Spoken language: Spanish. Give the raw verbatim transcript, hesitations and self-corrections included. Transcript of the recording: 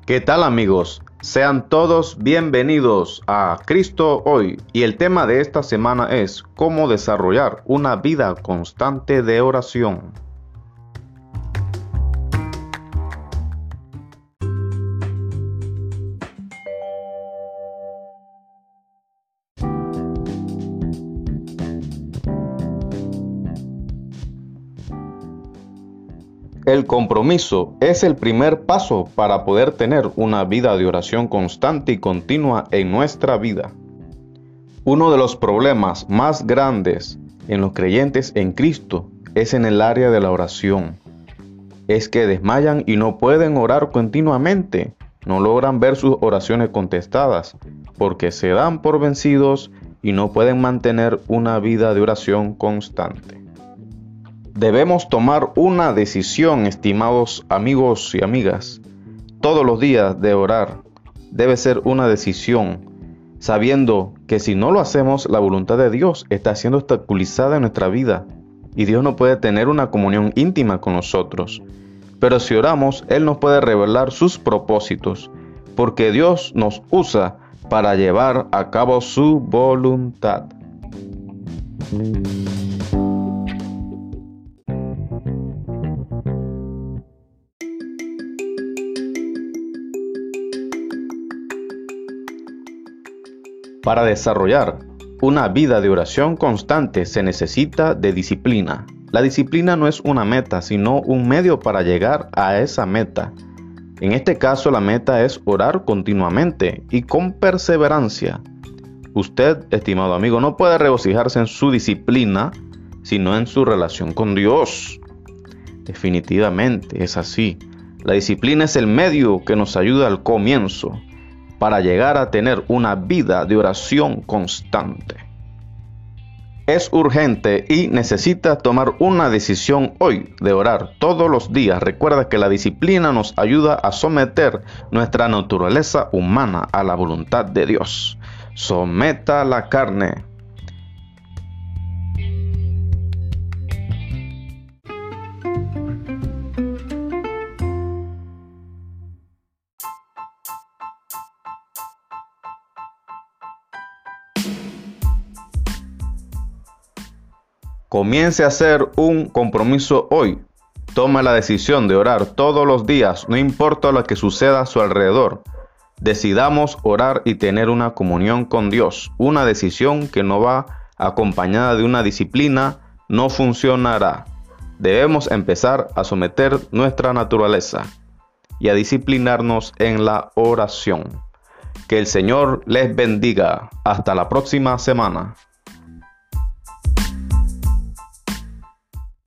¿Qué tal, amigos? Sean todos bienvenidos a Cristo Hoy, y el tema de esta semana es cómo desarrollar una vida constante de oración. El compromiso es el primer paso para poder tener una vida de oración constante y continua en nuestra vida. Uno de los problemas más grandes en los creyentes en Cristo es en el área de la oración. Es que desmayan y no pueden orar continuamente, no logran ver sus oraciones contestadas, porque se dan por vencidos y no pueden mantener una vida de oración constante. Debemos tomar una decisión, estimados amigos y amigas. Todos los días de orar debe ser una decisión, sabiendo que si no lo hacemos, la voluntad de Dios está siendo obstaculizada en nuestra vida y Dios no puede tener una comunión íntima con nosotros. Pero si oramos, Él nos puede revelar sus propósitos, porque Dios nos usa para llevar a cabo su voluntad. Para desarrollar una vida de oración constante se necesita de disciplina. La disciplina no es una meta, sino un medio para llegar a esa meta. En este caso, la meta es orar continuamente y con perseverancia. Usted, estimado amigo, no puede regocijarse en su disciplina, sino en su relación con Dios. Definitivamente es así. La disciplina es el medio que nos ayuda al comienzo para llegar a tener una vida de oración constante. Es urgente y necesitas tomar una decisión hoy de orar todos los días. Recuerda que la disciplina nos ayuda a someter nuestra naturaleza humana a la voluntad de Dios. Someta la carne. Comience a hacer un compromiso hoy. Toma la decisión de orar todos los días, no importa lo que suceda a su alrededor. Decidamos orar y tener una comunión con Dios. Una decisión que no va acompañada de una disciplina no funcionará. Debemos empezar a someter nuestra naturaleza y a disciplinarnos en la oración. Que el Señor les bendiga. Hasta la próxima semana.